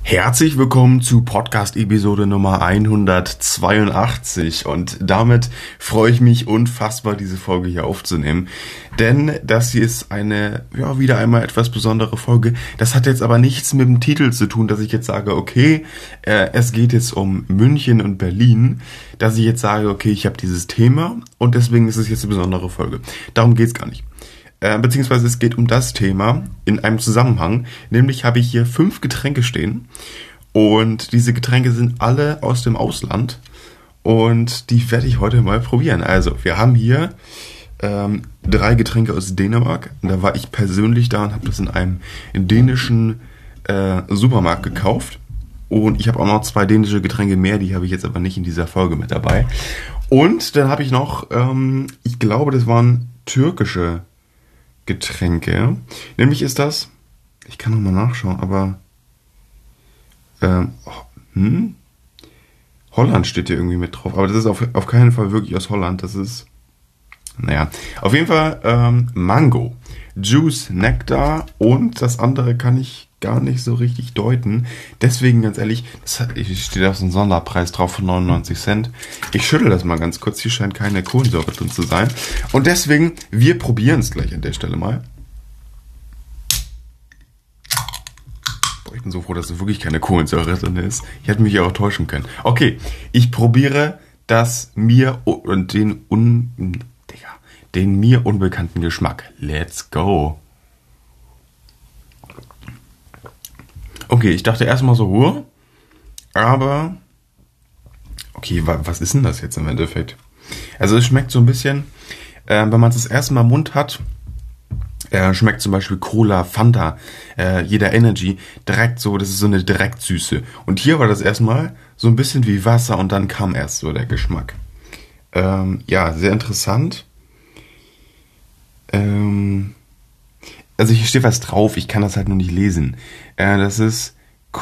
Herzlich willkommen zu Podcast-Episode Nummer 182 und damit freue ich mich unfassbar, diese Folge hier aufzunehmen, denn das hier ist eine, wieder einmal etwas besondere Folge. Das hat jetzt aber nichts mit dem Titel zu tun, dass ich jetzt sage, okay, es geht jetzt um München und Berlin, dass ich jetzt sage, okay, ich habe dieses Thema und deswegen ist es jetzt eine besondere Folge. Darum geht's gar nicht. Beziehungsweise es geht um das Thema in einem Zusammenhang. Nämlich habe ich hier 5 Getränke stehen und diese Getränke sind alle aus dem Ausland und die werde ich heute mal probieren. Also wir haben hier 3 Getränke aus Dänemark. Da war ich persönlich da und habe das in einem dänischen Supermarkt gekauft. Und ich habe auch noch 2 dänische Getränke mehr, die habe ich jetzt aber nicht in dieser Folge mit dabei. Und dann habe ich noch, ich glaube, das waren türkische Getränke. Nämlich ist das, ich kann nochmal nachschauen, aber Holland steht hier irgendwie mit drauf. Aber das ist auf keinen Fall wirklich aus Holland. Das ist, auf jeden Fall Mango, Juice, Nektar und das andere kann ich gar nicht so richtig deuten. Deswegen ganz ehrlich, steht auf so einem Sonderpreis drauf von 99 Cent. Ich schüttel das mal ganz kurz. Hier scheint keine Kohlensäure drin zu sein. Und deswegen, wir probieren es gleich an der Stelle mal. Boah, ich bin so froh, dass wirklich keine Kohlensäure drin ist. Ich hätte mich ja auch täuschen können. Okay, ich probiere das mir und den mir unbekannten Geschmack. Let's go. Okay, ich dachte erstmal so, aber okay, was ist denn das jetzt im Endeffekt? Also es schmeckt so ein bisschen, wenn man es das erste Mal im Mund hat, schmeckt zum Beispiel Cola, Fanta, jeder Energy, direkt so, das ist so eine Direktsüße. Und hier war das erstmal so ein bisschen wie Wasser und dann kam erst so der Geschmack. Sehr interessant. Also hier steht was drauf, ich kann das halt nur nicht lesen. Das ist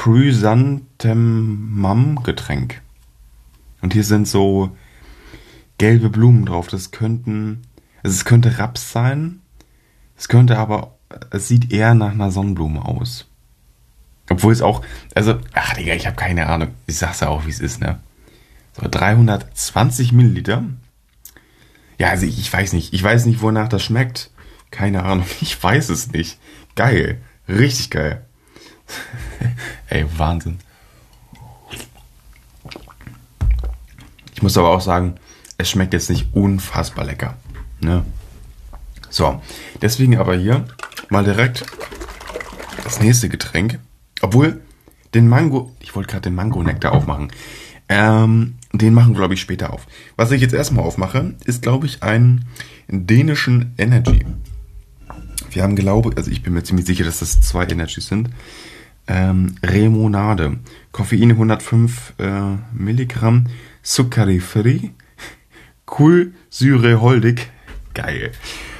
Chrysanthemum-Getränk. Und hier sind so gelbe Blumen drauf. Es könnte Raps sein. Es sieht eher nach einer Sonnenblume aus. Obwohl es auch, Digga, ich habe keine Ahnung. Ich sag's ja auch, wie es ist, ne? So, 320 Milliliter. Ja, also ich weiß nicht. Ich weiß nicht, wonach das schmeckt. Keine Ahnung, ich weiß es nicht. Geil, richtig geil. Ey, Wahnsinn. Ich muss aber auch sagen, es schmeckt jetzt nicht unfassbar lecker. Ne? So, deswegen aber hier mal direkt das nächste Getränk. Obwohl, ich wollte gerade den Mango-Nektar aufmachen. Den machen, glaube ich, später auf. Was ich jetzt erstmal aufmache, ist, glaube ich, einen dänischen Energy. Wir haben, ich bin mir ziemlich sicher, dass das 2 Energies sind. Remonade. Koffein 105 Milligramm. Zuckerfrei. Kohlsyreholdig. Geil.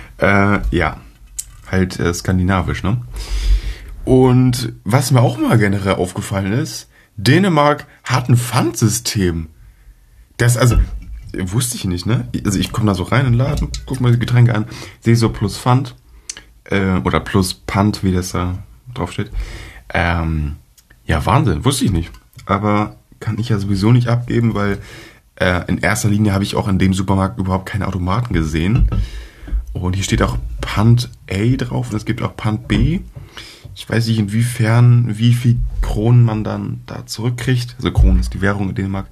Skandinavisch, ne? Und was mir auch mal generell aufgefallen ist, Dänemark hat ein Pfandsystem. Das, wusste ich nicht, ne? Also ich komme da so rein in den Laden, guck mal die Getränke an, sehe so plus Pfand. Oder plus Pfand, wie das da drauf steht. Wahnsinn, wusste ich nicht. Aber kann ich ja sowieso nicht abgeben, weil in erster Linie habe ich auch in dem Supermarkt überhaupt keine Automaten gesehen. Und hier steht auch Pfand A drauf und es gibt auch Pfand B. Ich weiß nicht, inwiefern, wie viel Kronen man dann da zurückkriegt. Also Kronen ist die Währung in Dänemark.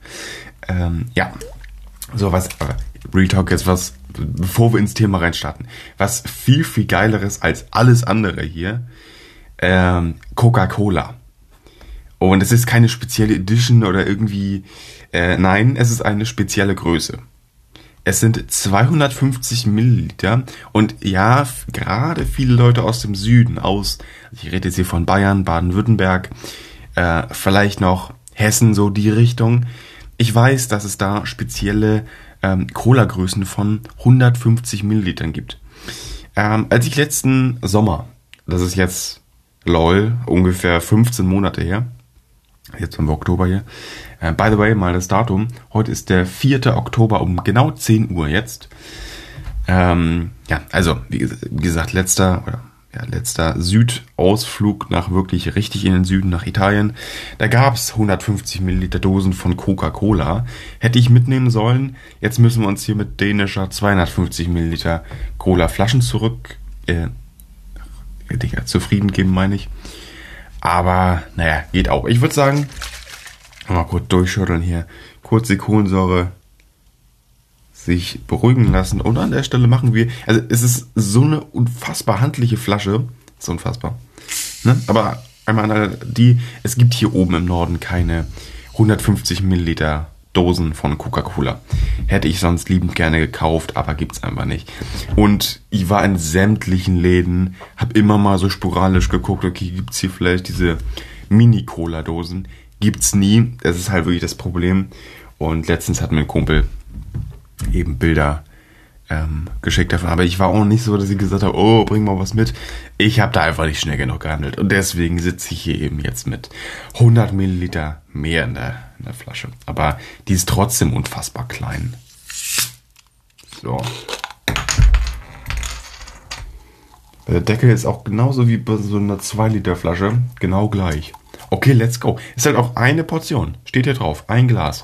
Real Talk jetzt was, bevor wir ins Thema reinstarten. Was viel, viel geileres als alles andere hier. Coca-Cola. Und es ist keine spezielle Edition oder irgendwie, nein, es ist eine spezielle Größe. Es sind 250 Milliliter und ja, gerade viele Leute aus dem Süden, ich rede jetzt hier von Bayern, Baden-Württemberg, vielleicht noch Hessen, so die Richtung. Ich weiß, dass es da spezielle Cola-Größen von 150 Millilitern gibt. Als ich letzten Sommer, das ist jetzt ungefähr 15 Monate her, jetzt haben wir Oktober hier, by the way, mal das Datum, heute ist der 4. Oktober um genau 10 Uhr jetzt. Wie gesagt, letzter Südausflug nach wirklich richtig in den Süden, nach Italien. Da gab es 150 Milliliter Dosen von Coca-Cola. Hätte ich mitnehmen sollen. Jetzt müssen wir uns hier mit dänischer 250 Milliliter Cola-Flaschen zufrieden geben, meine ich. Aber, naja, geht auch. Ich würde sagen, mal kurz durchschütteln hier. Kurz die Kohlensäure sich beruhigen lassen. Und an der Stelle machen wir, also es ist so eine unfassbar handliche Flasche. Das ist unfassbar. Ne? Aber einmal es gibt hier oben im Norden keine 150 Milliliter Dosen von Coca-Cola. Hätte ich sonst liebend gerne gekauft, aber gibt's einfach nicht. Und ich war in sämtlichen Läden, habe immer mal so sporadisch geguckt, okay, gibt's hier vielleicht diese Mini-Cola-Dosen? Gibt's nie. Das ist halt wirklich das Problem. Und letztens hat mir ein Kumpel eben Bilder geschickt davon. Aber ich war auch nicht so, dass ich gesagt habe, oh, bring mal was mit. Ich habe da einfach nicht schnell genug gehandelt. Und deswegen sitze ich hier eben jetzt mit 100 Milliliter mehr in der Flasche. Aber die ist trotzdem unfassbar klein. So. Der Deckel ist auch genauso wie bei so einer 2 Liter Flasche. Genau gleich. Okay, let's go. Ist halt auch eine Portion. Steht hier drauf. Ein Glas.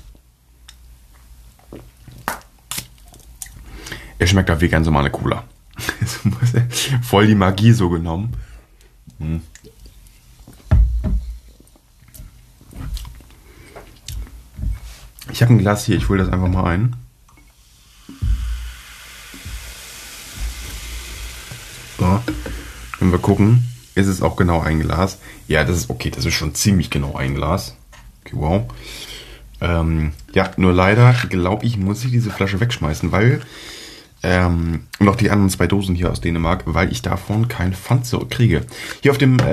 Er schmeckt auch wie ganz normale Cola. Voll die Magie so genommen. Ich habe ein Glas hier, ich hole das einfach mal ein. So, wenn wir gucken, ist es auch genau ein Glas. Ja, das ist okay, das ist schon ziemlich genau ein Glas. Okay, wow. Ja, nur leider, glaube ich, muss ich diese Flasche wegschmeißen, weil und auch die anderen 2 Dosen hier aus Dänemark, weil ich davon kein Pfand zurückkriege. Hier auf dem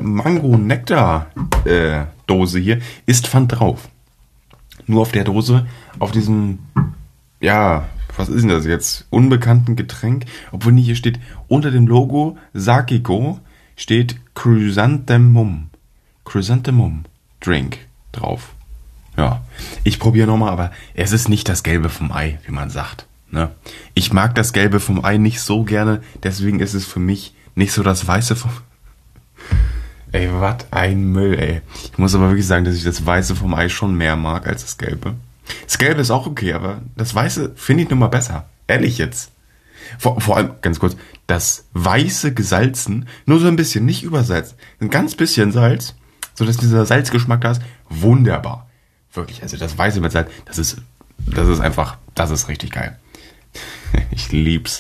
Mango-Nektar-Dose hier ist Pfand drauf. Nur auf der Dose, auf diesem, ja, was ist denn das jetzt? Unbekannten Getränk. Obwohl nicht hier steht, unter dem Logo Sakiko steht Chrysanthemum Drink drauf. Ja, ich probiere nochmal, aber es ist nicht das Gelbe vom Ei, wie man sagt. Ne? Ich mag das Gelbe vom Ei nicht so gerne, deswegen ist es für mich nicht so das Weiße vom... Ey, was ein Müll, ey. Ich muss aber wirklich sagen, dass ich das Weiße vom Ei schon mehr mag als das Gelbe. Das Gelbe ist auch okay, aber das Weiße finde ich nun mal besser. Ehrlich jetzt. Vor allem, ganz kurz, das Weiße gesalzen, nur so ein bisschen, nicht übersalzen. Ein ganz bisschen Salz, sodass dieser Salzgeschmack da ist. Wunderbar. Wirklich, also das Weiße mit Salz, das ist einfach, das ist richtig geil. Ich lieb's.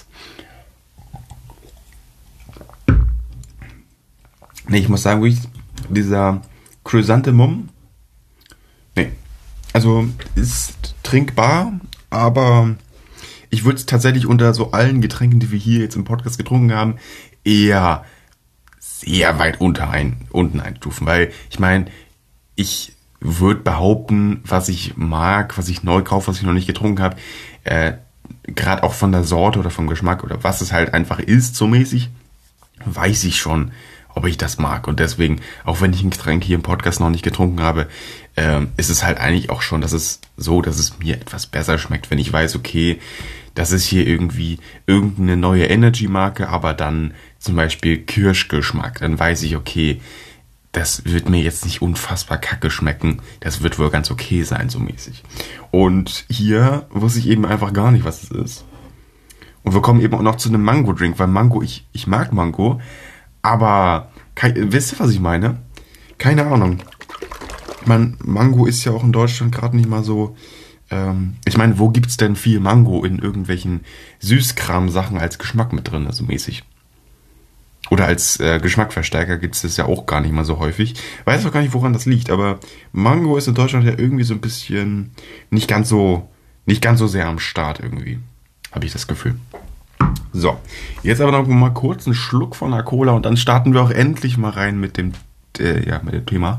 Nee, ich muss sagen, wirklich, dieser Chrysanthemum, nee, also ist trinkbar, aber ich würde es tatsächlich unter so allen Getränken, die wir hier jetzt im Podcast getrunken haben, eher sehr weit unten einstufen, weil ich meine, ich würde behaupten, was ich mag, was ich neu kaufe, was ich noch nicht getrunken habe, gerade auch von der Sorte oder vom Geschmack oder was es halt einfach ist, so mäßig, weiß ich schon, ob ich das mag. Und deswegen, auch wenn ich ein Getränk hier im Podcast noch nicht getrunken habe, ist es halt eigentlich auch schon, dass es mir etwas besser schmeckt, wenn ich weiß, okay, das ist hier irgendwie irgendeine neue Energy-Marke, aber dann zum Beispiel Kirschgeschmack. Dann weiß ich, okay, das wird mir jetzt nicht unfassbar kacke schmecken. Das wird wohl ganz okay sein, so mäßig. Und hier wusste ich eben einfach gar nicht, was es ist. Und wir kommen eben auch noch zu einem Mango-Drink, weil Mango, ich mag Mango, aber wisst ihr, was ich meine? Keine Ahnung. Ich meine, Mango ist ja auch in Deutschland gerade nicht mal so... ich meine, wo gibt's denn viel Mango in irgendwelchen Süßkram-Sachen als Geschmack mit drin, also mäßig? Oder als Geschmackverstärker gibt's das ja auch gar nicht mal so häufig. Weiß auch gar nicht, woran das liegt, aber Mango ist in Deutschland ja irgendwie so ein bisschen nicht ganz so sehr am Start irgendwie. Habe ich das Gefühl. So, jetzt aber noch mal kurz einen Schluck von der Cola und dann starten wir auch endlich mal rein mit dem Thema.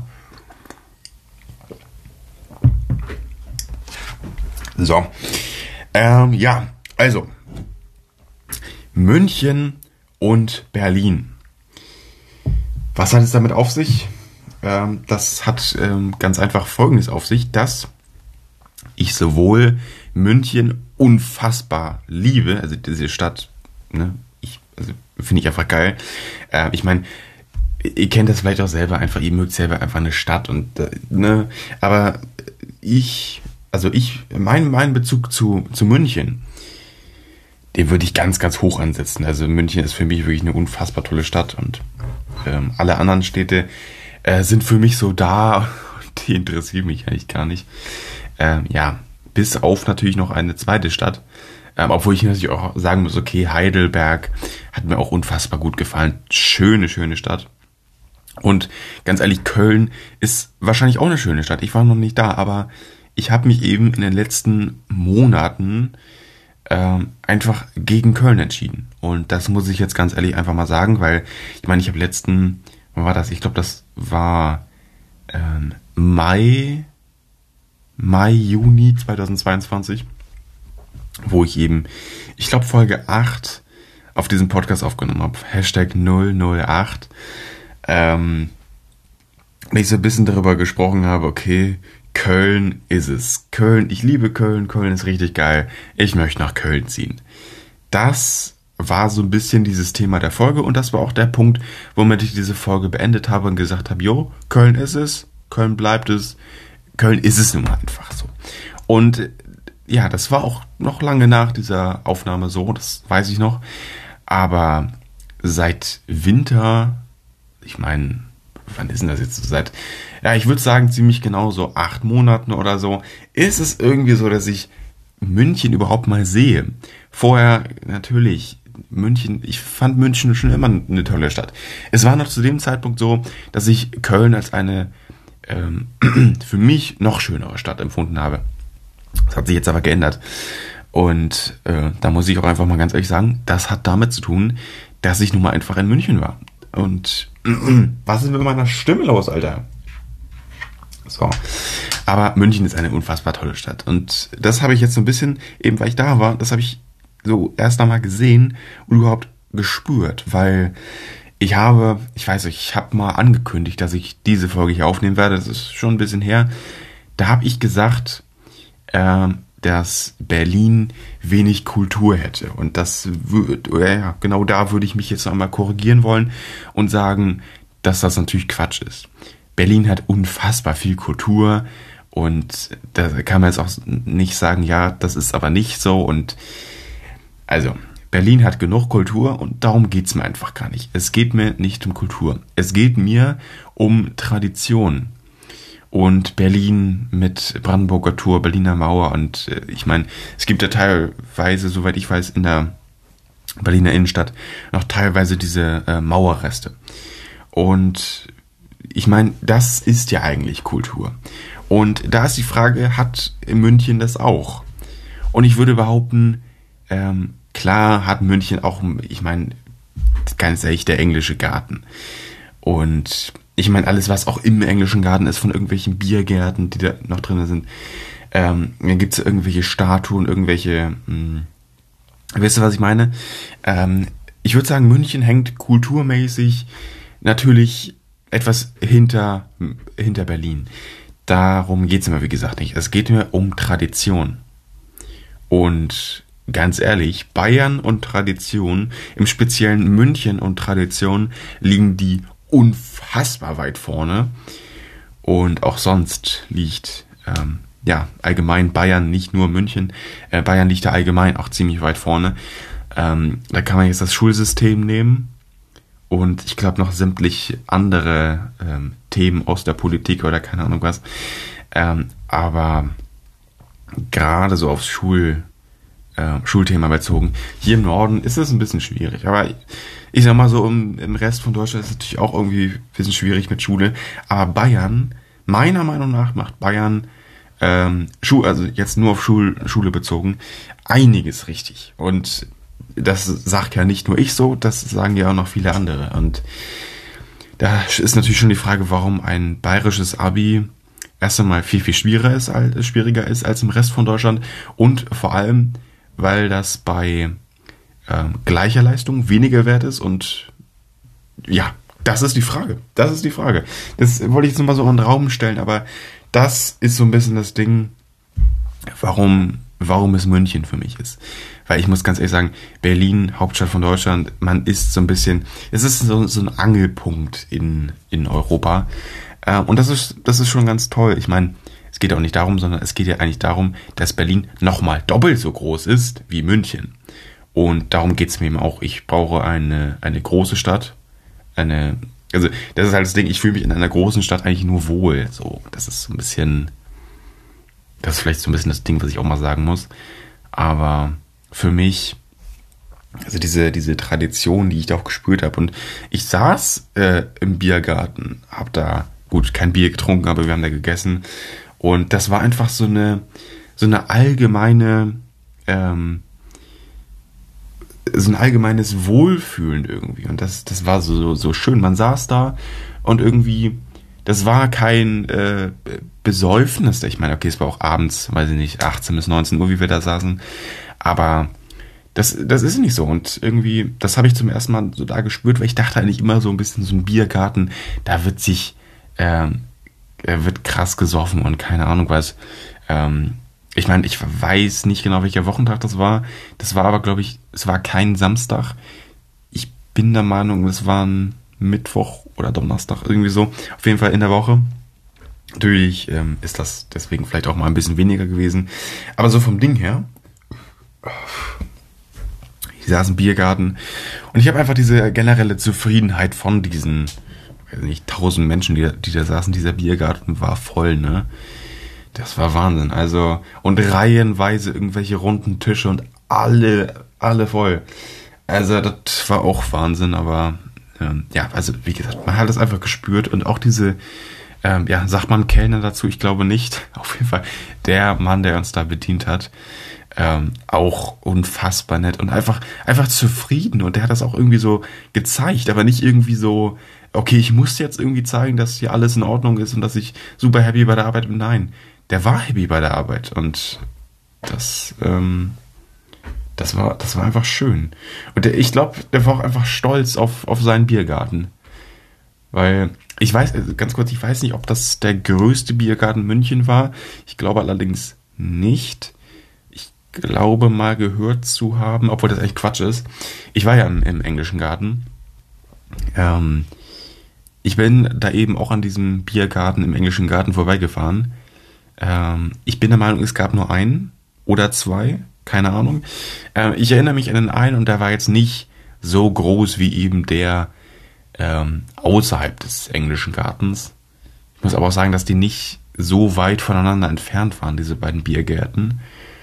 So, ja, also München und Berlin. Was hat es damit auf sich? Das hat ganz einfach Folgendes auf sich, dass ich sowohl München unfassbar liebe, also diese Stadt, ne, finde ich einfach geil. Ich meine, ihr kennt das vielleicht auch selber einfach, ihr mögt selber einfach eine Stadt und, ne, aber mein Bezug zu München, den würde ich ganz, ganz hoch ansetzen. Also München ist für mich wirklich eine unfassbar tolle Stadt und alle anderen Städte sind für mich so da, die interessieren mich eigentlich gar nicht. Bis auf natürlich noch eine zweite Stadt. Obwohl ich natürlich auch sagen muss, okay, Heidelberg hat mir auch unfassbar gut gefallen. Schöne, schöne Stadt. Und ganz ehrlich, Köln ist wahrscheinlich auch eine schöne Stadt. Ich war noch nicht da, aber ich habe mich eben in den letzten Monaten einfach gegen Köln entschieden. Und das muss ich jetzt ganz ehrlich einfach mal sagen, weil ich meine, wann war das? Ich glaube, das war Mai, Juni 2022, wo ich eben, ich glaube, Folge 8 auf diesem Podcast aufgenommen habe. Hashtag 008. Wenn ich so ein bisschen darüber gesprochen habe, okay, Köln ist es. Köln, ich liebe Köln, Köln ist richtig geil. Ich möchte nach Köln ziehen. Das war so ein bisschen dieses Thema der Folge und das war auch der Punkt, womit ich diese Folge beendet habe und gesagt habe, jo, Köln ist es, Köln bleibt es, Köln ist es nun mal einfach so. Und ja, das war auch noch lange nach dieser Aufnahme so, das weiß ich noch. Aber seit Winter, ich meine, wann ist denn das jetzt? Ich würde sagen, ziemlich genau so 8 Monaten oder so, ist es irgendwie so, dass ich München überhaupt mal sehe. Vorher natürlich, München, ich fand München schon immer eine tolle Stadt. Es war noch zu dem Zeitpunkt so, dass ich Köln als eine für mich noch schönere Stadt empfunden habe. Das hat sich jetzt aber geändert. Und da muss ich auch einfach mal ganz ehrlich sagen, das hat damit zu tun, dass ich nun mal einfach in München war. Und was ist mit meiner Stimme los, Alter? So. Aber München ist eine unfassbar tolle Stadt. Und das habe ich jetzt so ein bisschen, eben weil ich da war, das habe ich so erst einmal gesehen und überhaupt gespürt, weil ich habe mal angekündigt, dass ich diese Folge hier aufnehmen werde. Das ist schon ein bisschen her. Da habe ich gesagt, dass Berlin wenig Kultur hätte. Und genau da würde ich mich jetzt einmal korrigieren wollen und sagen, dass das natürlich Quatsch ist. Berlin hat unfassbar viel Kultur und da kann man jetzt auch nicht sagen, ja, das ist aber nicht so. Und also, Berlin hat genug Kultur und darum geht's mir einfach gar nicht. Es geht mir nicht um Kultur. Es geht mir um Tradition. Und Berlin mit Brandenburger Tor, Berliner Mauer und ich meine, es gibt ja teilweise, soweit ich weiß, in der Berliner Innenstadt noch teilweise diese Mauerreste. Und ich meine, das ist ja eigentlich Kultur. Und da ist die Frage, hat München das auch? Und ich würde behaupten, klar hat München auch, ich meine, ganz ehrlich, der englische Garten. Und ich meine, alles, was auch im englischen Garten ist, von irgendwelchen Biergärten, die da noch drin sind. Dann gibt es irgendwelche Statuen, weißt du, was ich meine? Ich würde sagen, München hängt kulturmäßig natürlich etwas hinter Berlin. Darum geht es mir, wie gesagt, nicht. Es geht mir um Tradition. Und ganz ehrlich, Bayern und Tradition, im speziellen München und Tradition, liegen die unfassbar weit vorne. Und auch sonst liegt allgemein Bayern, nicht nur München, Bayern liegt da allgemein auch ziemlich weit vorne. Da kann man jetzt das Schulsystem nehmen und ich glaube noch sämtlich andere Themen aus der Politik oder keine Ahnung was. Aber gerade so aufs Schulthema bezogen, hier im Norden ist es ein bisschen schwierig. Aber ich sag mal so, im Rest von Deutschland ist es natürlich auch irgendwie ein bisschen schwierig mit Schule. Aber Bayern, meiner Meinung nach, macht Bayern, also jetzt nur auf Schule bezogen, einiges richtig. Und das sagt ja nicht nur ich so, das sagen ja auch noch viele andere. Und da ist natürlich schon die Frage, warum ein bayerisches Abi erst einmal viel, viel schwieriger ist als im Rest von Deutschland. Und vor allem, weil das bei gleicher Leistung weniger wert ist. Und ja, das ist die Frage. Das wollte ich jetzt nochmal so in den Raum stellen, aber das ist so ein bisschen das Ding, warum warum es München für mich ist. Weil ich muss ganz ehrlich sagen, Berlin, Hauptstadt von Deutschland, man ist so ein bisschen, es ist so ein Angelpunkt in Europa. Und das ist schon ganz toll. Ich meine, es geht auch nicht darum, sondern es geht ja eigentlich darum, dass Berlin nochmal doppelt so groß ist wie München. Und darum geht es mir eben auch. Ich brauche eine große Stadt. Also das ist halt das Ding, ich fühle mich in einer großen Stadt eigentlich nur wohl. So, das ist so ein bisschen, das ist vielleicht so ein bisschen das Ding, was ich auch mal sagen muss. Aber für mich, also diese Tradition, die ich da auch gespürt habe. Und ich saß im Biergarten, habe da, gut, kein Bier getrunken, aber wir haben da gegessen. Und das war einfach so eine allgemeine, so ein allgemeines Wohlfühlen irgendwie. Und das war so schön. Man saß da und irgendwie, das war kein Besäufnis. Ich meine, okay, es war auch abends, weiß ich nicht, 18 bis 19 Uhr, wie wir da saßen. Aber das ist nicht so. Und irgendwie, das habe ich zum ersten Mal so da gespürt, weil ich dachte eigentlich immer so ein bisschen, so ein Biergarten, da wird krass gesoffen und keine Ahnung was. Ich meine, ich weiß nicht genau, welcher Wochentag das war. Das war aber, glaube ich, es war kein Samstag. Ich bin der Meinung, es war ein Mittwoch oder Donnerstag, irgendwie so. Auf jeden Fall in der Woche. Natürlich ist das deswegen vielleicht auch mal ein bisschen weniger gewesen. Aber so vom Ding her, ich saß im Biergarten und ich habe einfach diese generelle Zufriedenheit von diesen, weiß nicht, 1000 Menschen, die da saßen. Dieser Biergarten war voll, ne? Das war Wahnsinn. Also, und reihenweise irgendwelche runden Tische und alle voll. Also, das war auch Wahnsinn, aber ja, also wie gesagt, man hat das einfach gespürt und auch diese, sagt man Kellner dazu? Ich glaube nicht. Auf jeden Fall der Mann, der uns da bedient hat, auch unfassbar nett und einfach zufrieden, und der hat das auch irgendwie so gezeigt, aber nicht irgendwie so, okay, ich muss jetzt irgendwie zeigen, dass hier alles in Ordnung ist und dass ich super happy bei der Arbeit bin. Nein, der war happy bei der Arbeit und das war einfach schön. Und ich glaube, der war auch einfach stolz auf seinen Biergarten. Weil, ich weiß nicht, ob das der größte Biergarten München war. Ich glaube allerdings nicht. Ich glaube mal gehört zu haben, obwohl das echt Quatsch ist. Ich war ja im englischen Garten. Ich bin da eben auch an diesem Biergarten im englischen Garten vorbeigefahren. Ich bin der Meinung, es gab nur einen oder zwei, keine Ahnung. Ich erinnere mich an den einen und der war jetzt nicht so groß wie eben der außerhalb des englischen Gartens. Ich muss aber auch sagen, dass die nicht so weit voneinander entfernt waren, diese beiden Biergärten.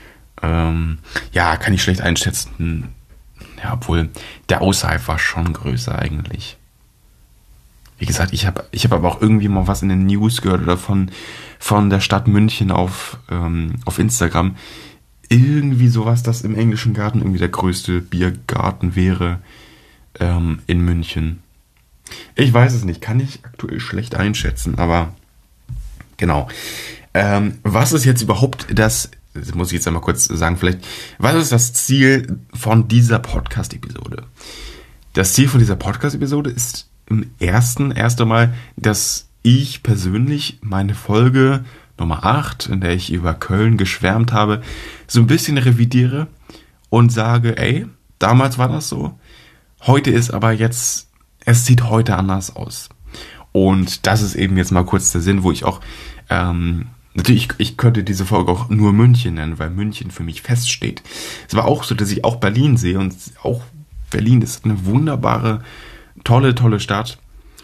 Ja, kann ich schlecht einschätzen. Ja, obwohl der außerhalb war schon größer eigentlich. Wie gesagt, ich hab aber auch irgendwie mal was in den News gehört oder von der Stadt München auf Instagram. Irgendwie sowas, dass im englischen Garten irgendwie der größte Biergarten wäre in München. Ich weiß es nicht, kann ich aktuell schlecht einschätzen, aber genau. Was ist jetzt überhaupt das muss ich jetzt einmal kurz sagen, vielleicht, was ist das Ziel von dieser Podcast-Episode? Das Ziel von dieser Podcast-Episode ist erst einmal, dass ich persönlich meine Folge Nummer 8, in der ich über Köln geschwärmt habe, so ein bisschen revidiere und sage, ey, damals war das so, heute ist aber jetzt, es sieht heute anders aus. Und das ist eben jetzt mal kurz der Sinn, wo ich auch, natürlich, ich könnte diese Folge auch nur München nennen, weil München für mich feststeht. Es war auch so, dass ich auch Berlin sehe und auch Berlin ist eine wunderbare, tolle Stadt.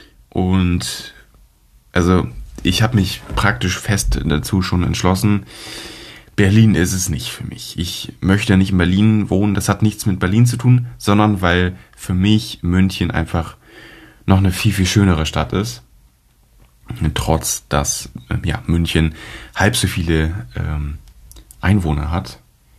Und also ich habe mich praktisch fest dazu schon entschlossen, Berlin ist es nicht für mich. Ich möchte nicht in Berlin wohnen. Das hat nichts mit Berlin zu tun, sondern weil für mich München einfach noch eine viel schönere Stadt ist. Trotz, dass München halb so viele Einwohner hat.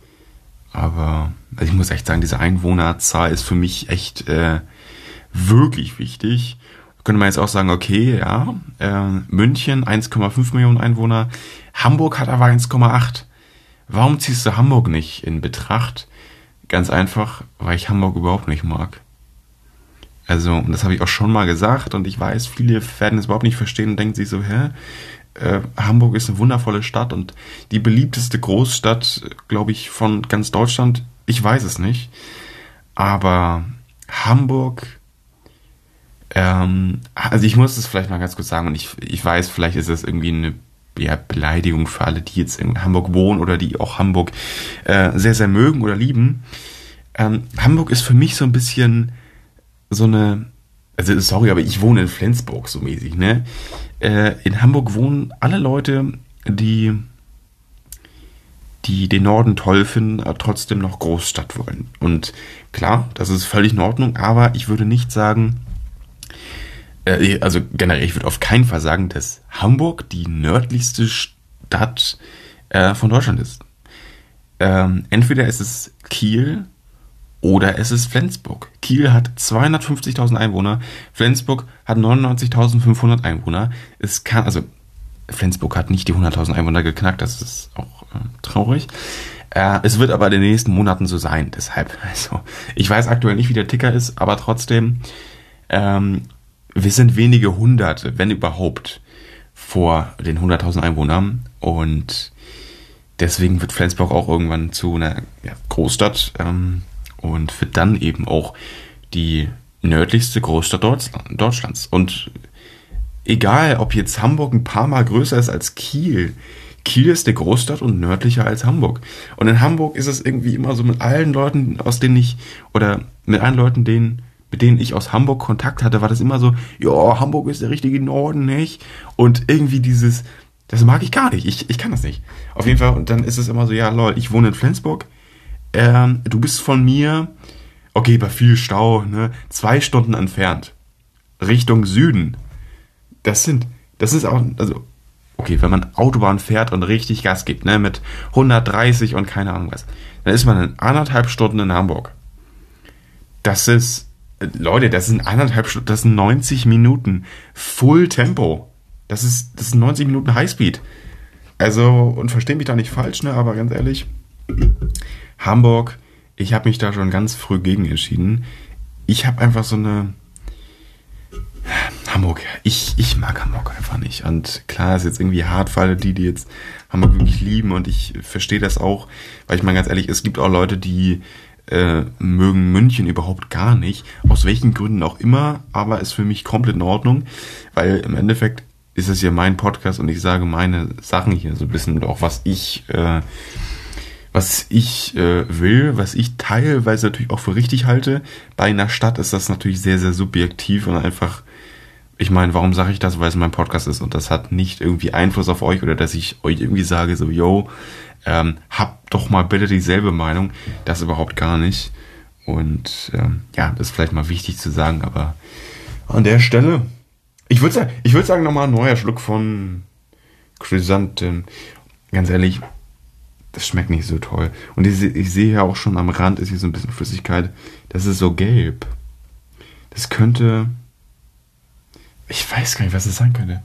Aber also ich muss echt sagen, diese Einwohnerzahl ist für mich echt wirklich wichtig. Könnte man jetzt auch sagen, okay, ja, München 1,5 Millionen Einwohner, Hamburg hat aber 1,8. Warum ziehst du Hamburg nicht in Betracht? Ganz einfach, weil ich Hamburg überhaupt nicht mag. Also, und das habe ich auch schon mal gesagt und ich weiß, viele werden es überhaupt nicht verstehen und denken sich so, Hamburg ist eine wundervolle Stadt und die beliebteste Großstadt, glaube ich, von ganz Deutschland. Ich weiß es nicht. Aber Hamburg, also ich muss es vielleicht mal ganz kurz sagen und ich weiß, vielleicht ist das irgendwie eine Beleidigung für alle, die jetzt in Hamburg wohnen oder die auch Hamburg sehr, sehr mögen oder lieben. Hamburg ist für mich so ein bisschen so eine, also sorry, aber ich wohne in Flensburg so mäßig, ne? In Hamburg wohnen alle Leute, die den Norden toll finden, aber trotzdem noch Großstadt wollen. Und klar, das ist völlig in Ordnung, aber ich würde nicht sagen, also generell, ich würde auf keinen Fall sagen, dass Hamburg die nördlichste Stadt von Deutschland ist. Entweder ist es Kiel oder es ist Flensburg. Kiel hat 250.000 Einwohner, Flensburg hat 99.500 Einwohner. Also Flensburg hat nicht die 100.000 Einwohner geknackt, das ist auch traurig. Es wird aber in den nächsten Monaten so sein, deshalb, also ich weiß aktuell nicht, wie der Ticker ist, aber trotzdem, wir sind wenige hundert, wenn überhaupt, vor den 100.000 Einwohnern und deswegen wird Flensburg auch irgendwann zu einer Großstadt und wird dann eben auch die nördlichste Großstadt Deutschlands. Und egal, ob jetzt Hamburg ein paar Mal größer ist als Kiel, Kiel ist eine Großstadt und nördlicher als Hamburg. Und in Hamburg ist es irgendwie immer so mit allen Leuten, mit allen Leuten, mit denen ich aus Hamburg Kontakt hatte, war das immer so, ja, Hamburg ist der richtige Norden, nicht? Und irgendwie das mag ich gar nicht. Ich kann das nicht. Auf jeden Fall, und dann ist es immer so, ja, lol, ich wohne in Flensburg, du bist von mir, okay, bei viel Stau, ne, 2 Stunden entfernt. Richtung Süden. Das ist auch, also, okay, wenn man Autobahn fährt und richtig Gas gibt, ne, mit 130 und keine Ahnung was, dann ist man in 1,5 Stunden in Hamburg. Leute, das sind 1,5 Stunden, das sind 90 Minuten Full Tempo. Das sind 90 Minuten Highspeed. Also, und versteh mich da nicht falsch, ne, aber ganz ehrlich, Hamburg, ich habe mich da schon ganz früh gegen entschieden. Ich habe einfach so eine Hamburg, ich mag Hamburg einfach nicht. Und klar, ist jetzt irgendwie hart für alle, die jetzt Hamburg wirklich lieben und ich verstehe das auch, weil ich meine ganz ehrlich, es gibt auch Leute, die mögen München überhaupt gar nicht, aus welchen Gründen auch immer, aber ist für mich komplett in Ordnung, weil im Endeffekt ist es ja mein Podcast und ich sage meine Sachen hier so ein bisschen und auch was ich will, was ich teilweise natürlich auch für richtig halte. Bei einer Stadt ist das natürlich sehr, sehr subjektiv und einfach, ich meine, warum sage ich das? Weil es mein Podcast ist und das hat nicht irgendwie Einfluss auf euch oder dass ich euch irgendwie sage, so, yo, habt doch mal bitte dieselbe Meinung. Das überhaupt gar nicht. Und das ist vielleicht mal wichtig zu sagen, aber an der Stelle, ich würde sagen, nochmal ein neuer Schluck von Chrysanthemum. Ganz ehrlich, das schmeckt nicht so toll. Und ich sehe ja auch schon am Rand ist hier so ein bisschen Flüssigkeit. Das ist so gelb. Das könnte, ich weiß gar nicht, was es sein könnte.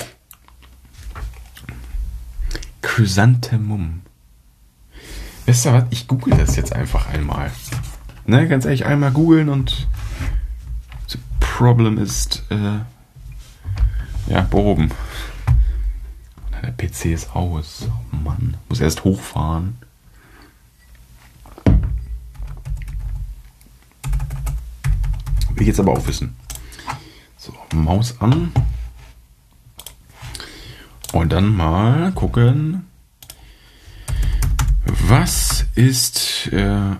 Chrysanthemum. Wisst ihr was? Ich google das jetzt einfach einmal. Ne, ganz ehrlich, einmal googeln und the problem ist behoben. Der PC ist aus. Oh Mann. Muss erst hochfahren. Will ich jetzt aber auch wissen. So, Maus an. Und dann mal gucken. Was ist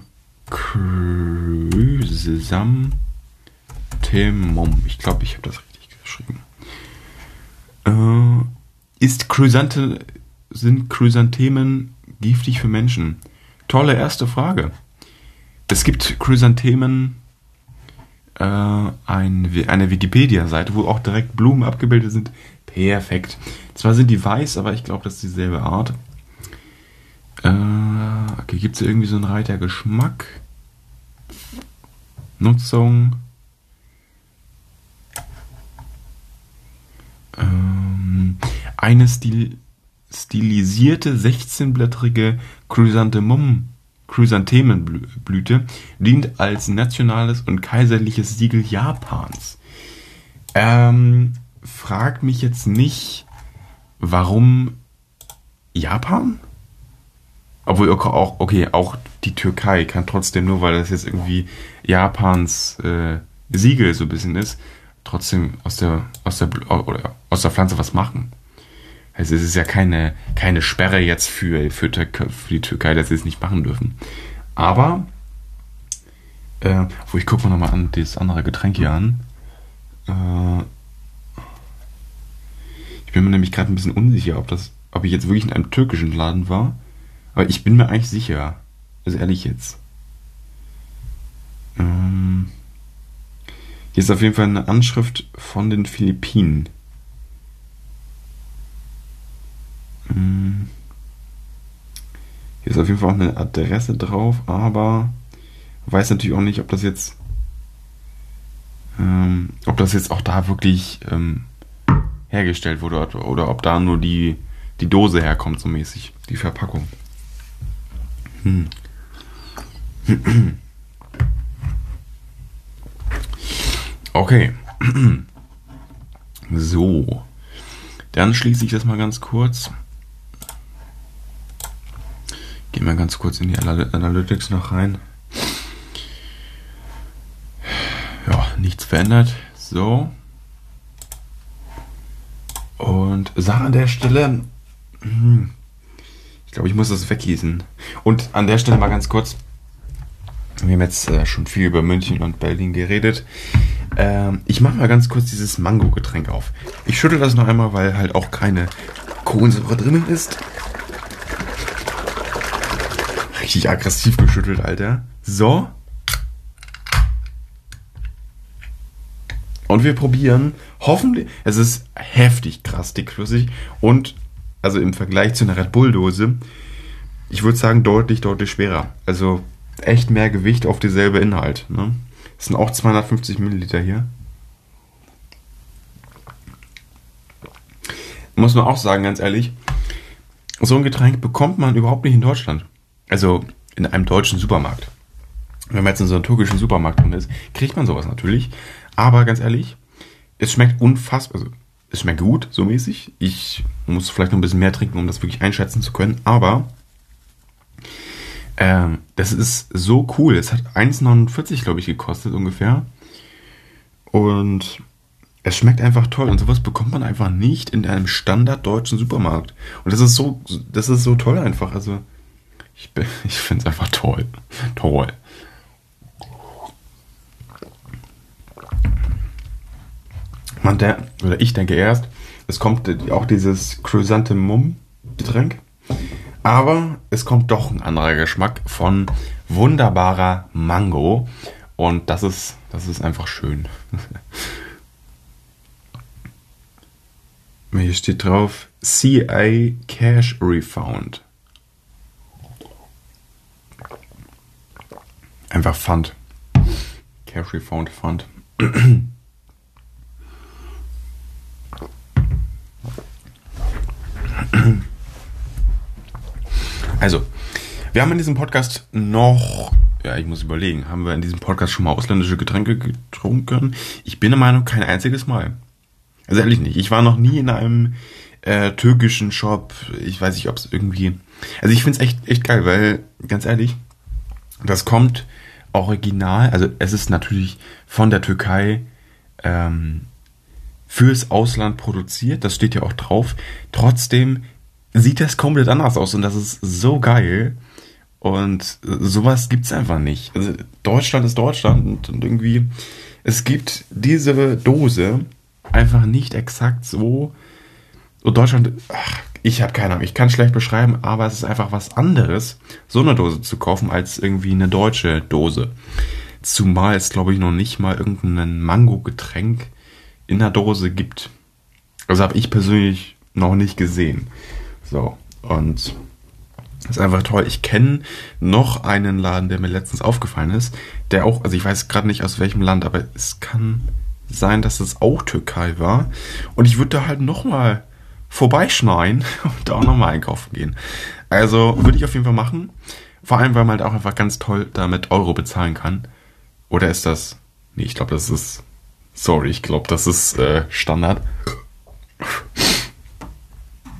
Chrysanthemum? Ich glaube, ich habe das richtig geschrieben. Sind Chrysanthemen giftig für Menschen? Tolle erste Frage. Es gibt Chrysanthemen, eine Wikipedia-Seite, wo auch direkt Blumen abgebildet sind. Perfekt. Zwar sind die weiß, aber ich glaube, das ist dieselbe Art. Okay, gibt es irgendwie so einen Reiter Geschmack? Nutzung? Eine stilisierte 16-blättrige Chrysanthemenblüte dient als nationales und kaiserliches Siegel Japans. Fragt mich jetzt nicht, warum Japan? Obwohl auch die Türkei kann trotzdem, nur weil das jetzt irgendwie Japans Siegel so ein bisschen ist, trotzdem aus der Pflanze was machen. Also es ist ja keine Sperre jetzt für die Türkei, dass sie es nicht machen dürfen. Aber, ich gucke mir nochmal das andere Getränk hier an. Ich bin mir nämlich gerade ein bisschen unsicher, ob ich jetzt wirklich in einem türkischen Laden war. Aber ich bin mir eigentlich sicher. Also ehrlich jetzt. Hier ist auf jeden Fall eine Anschrift von den Philippinen. Hier ist auf jeden Fall auch eine Adresse drauf, aber weiß natürlich auch nicht, ob das jetzt auch da wirklich hergestellt wurde oder ob da nur die Dose herkommt, so mäßig, die Verpackung. Okay. So. Dann schließe ich das mal ganz kurz. Gehen wir ganz kurz in die Analytics noch rein. Ja, nichts verändert. So. Und Sache an der Stelle. Ich glaube, ich muss das weggießen. Und an der Stelle mal ganz kurz. Wir haben jetzt schon viel über München und Berlin geredet. Ich mache mal ganz kurz dieses Mango-Getränk auf. Ich schüttel das noch einmal, weil halt auch keine Kohlensäure drinnen ist. Richtig aggressiv geschüttelt, Alter. So. Und wir probieren. Hoffentlich. Es ist heftig krass dickflüssig. Und, also im Vergleich zu einer Red Bull-Dose, ich würde sagen, deutlich, deutlich schwerer. Also echt mehr Gewicht auf dieselbe Inhalt. Ne? Das sind auch 250 Milliliter hier. Muss man auch sagen, ganz ehrlich, so ein Getränk bekommt man überhaupt nicht in Deutschland. Also in einem deutschen Supermarkt. Wenn man jetzt in so einem türkischen Supermarkt drin ist, kriegt man sowas natürlich. Aber ganz ehrlich, es schmeckt unfassbar, also es schmeckt gut, so mäßig. Ich muss vielleicht noch ein bisschen mehr trinken, um das wirklich einschätzen zu können. Aber das ist so cool. Es hat 1,49, glaube ich, gekostet ungefähr. Und es schmeckt einfach toll. Und sowas bekommt man einfach nicht in einem standarddeutschen Supermarkt. Und das ist so toll einfach. Also ich finde es einfach toll. Toll. Ich denke erst, es kommt auch dieses Chrysanthemum-Getränk. Aber es kommt doch ein anderer Geschmack von wunderbarer Mango. Und das ist einfach schön. Hier steht drauf CA Cash Refund. Einfach Pfand. Cash Refund, Pfand. Also, wir haben in diesem Podcast ich muss überlegen, haben wir in diesem Podcast schon mal ausländische Getränke getrunken? Ich bin der Meinung, kein einziges Mal. Also ehrlich nicht. Ich war noch nie in einem türkischen Shop. Ich weiß nicht, ob es irgendwie... Also ich finde es echt geil, weil, ganz ehrlich, das kommt original, also es ist natürlich von der Türkei fürs Ausland produziert, das steht ja auch drauf. Trotzdem sieht das komplett anders aus und das ist so geil. Und sowas gibt's einfach nicht. Also Deutschland ist Deutschland und irgendwie, es gibt diese Dose einfach nicht exakt so. Und Deutschland, ich habe keine Ahnung, ich kann es schlecht beschreiben, aber es ist einfach was anderes, so eine Dose zu kaufen, als irgendwie eine deutsche Dose. Zumal es, glaube ich, noch nicht mal irgendein Mango-Getränk in der Dose gibt. Also habe ich persönlich noch nicht gesehen. So, und das ist einfach toll. Ich kenne noch einen Laden, der mir letztens aufgefallen ist, der auch, also ich weiß gerade nicht aus welchem Land, aber es kann sein, dass es auch Türkei war. Und ich würde da halt nochmal vorbeischneien und da auch nochmal einkaufen gehen. Also würde ich auf jeden Fall machen. Vor allem, weil man halt auch einfach ganz toll damit Euro bezahlen kann. Oder ist das... Nee, ich glaube, das ist... Sorry, ich glaube, das ist Standard.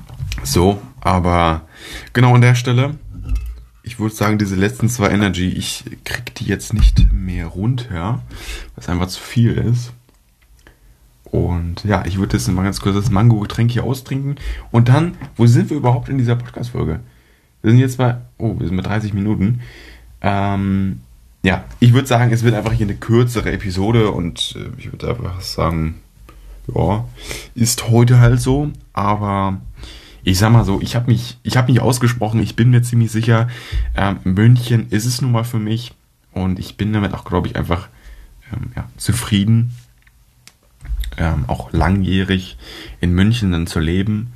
So, aber genau an der Stelle, ich würde sagen, diese letzten 2 Energy, ich krieg die jetzt nicht mehr runter, was einfach zu viel ist. Und ja, ich würde jetzt mal ganz kurz das Mango-Getränk hier austrinken. Und dann, wo sind wir überhaupt in dieser Podcast-Folge? Wir sind jetzt bei, wir sind bei 30 Minuten. Ja, ich würde sagen, es wird einfach hier eine kürzere Episode und ich würde einfach sagen, ja, ist heute halt so. Aber ich sag mal so, ich habe mich ausgesprochen, ich bin mir ziemlich sicher, München ist es nun mal für mich. Und ich bin damit auch, glaube ich, einfach zufrieden. Auch langjährig in München dann zu leben.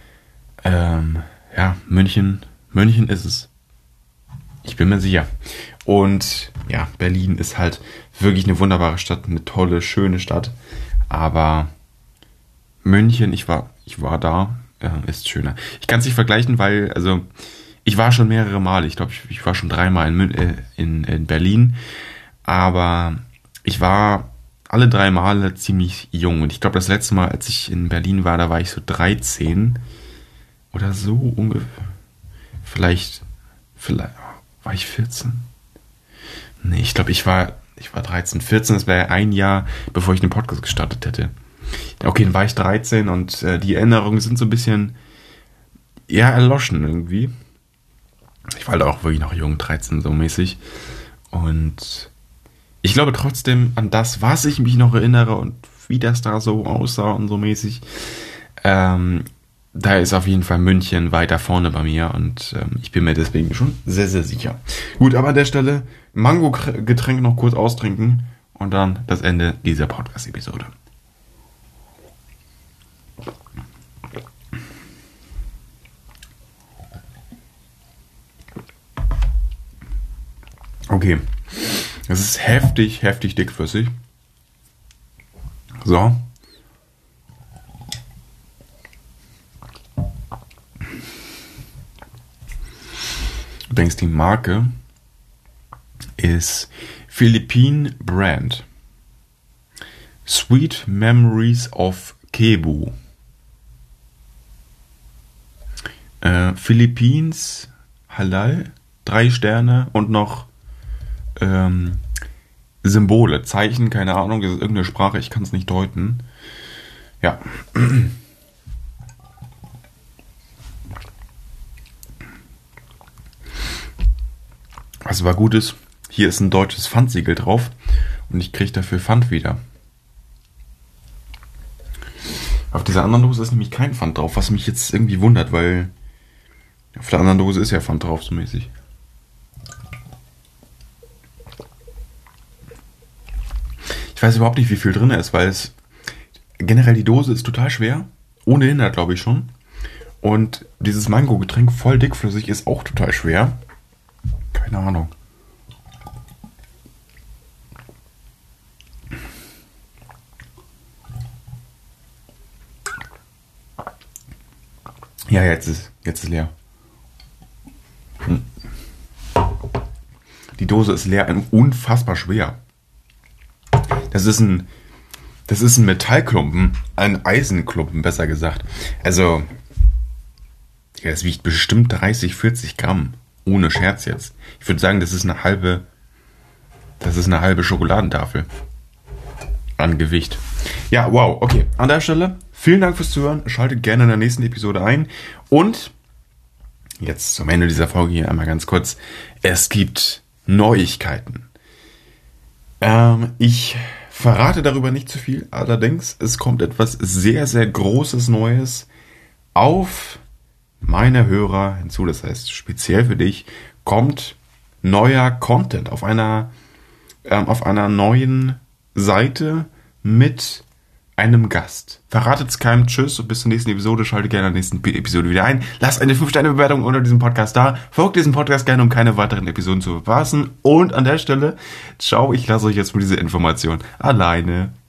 München ist es. Ich bin mir sicher. Und ja, Berlin ist halt wirklich eine wunderbare Stadt, eine tolle, schöne Stadt. Aber München, ich war da, ist schöner. Ich kann es nicht vergleichen, weil, also, ich war schon mehrere Male. Ich glaube, ich war schon 3 Mal in Berlin. Aber ich war alle 3 Male ziemlich jung. Und ich glaube, das letzte Mal, als ich in Berlin war, da war ich so 13 oder so ungefähr. Vielleicht war ich 14? Nee, ich glaube, ich war 13, 14. Das wäre ein Jahr, bevor ich den Podcast gestartet hätte. Okay, dann war ich 13 und die Erinnerungen sind so ein bisschen erloschen irgendwie. Ich war halt auch wirklich noch jung, 13 so mäßig. Und ich glaube trotzdem an das, was ich mich noch erinnere und wie das da so aussah und so mäßig. Da ist auf jeden Fall München weiter vorne bei mir und ich bin mir deswegen schon sehr, sehr sicher. Gut, aber an der Stelle Mango-Getränk noch kurz austrinken und dann das Ende dieser Podcast-Episode. Okay. Es ist heftig dickflüssig. So. Übrigens, die Marke ist Philippine Brand. Sweet Memories of Cebu. Philippines, Halal, 3 Sterne und noch Symbole, Zeichen, keine Ahnung, das ist irgendeine Sprache, ich kann es nicht deuten. Ja. Was war gut ist, hier ist ein deutsches Pfandsiegel drauf und ich kriege dafür Pfand wieder. Auf dieser anderen Dose ist nämlich kein Pfand drauf, was mich jetzt irgendwie wundert, weil auf der anderen Dose ist ja Pfand drauf, so mäßig. Ich weiß überhaupt nicht, wie viel drin ist, weil es generell die Dose ist total schwer. Ohne Inhalt, glaube ich schon. Und dieses Mango-Getränk voll dickflüssig ist auch total schwer. Keine Ahnung. Ja, jetzt ist leer. Die Dose ist leer und unfassbar schwer. Das ist ein Metallklumpen, ein Eisenklumpen, besser gesagt. Also, ja, das wiegt bestimmt 30, 40 Gramm. Ohne Scherz jetzt. Ich würde sagen, das ist eine halbe Schokoladentafel an Gewicht. Ja, wow, okay. An der Stelle, vielen Dank fürs Zuhören. Schaltet gerne in der nächsten Episode ein. Und jetzt zum Ende dieser Folge hier einmal ganz kurz. Es gibt Neuigkeiten. Ich verrate darüber nicht zu viel. Allerdings, es kommt etwas sehr, sehr Großes Neues auf meine Hörer hinzu. Das heißt, speziell für dich kommt neuer Content auf einer neuen Seite mit einem Gast. Verratet es keinem. Tschüss und bis zur nächsten Episode. Schalte gerne in der nächsten Episode wieder ein. Lasst eine 5-Sterne-Bewertung unter diesem Podcast da. Folgt diesem Podcast gerne, um keine weiteren Episoden zu verpassen. Und an der Stelle, ciao, ich lasse euch jetzt mit dieser Information alleine.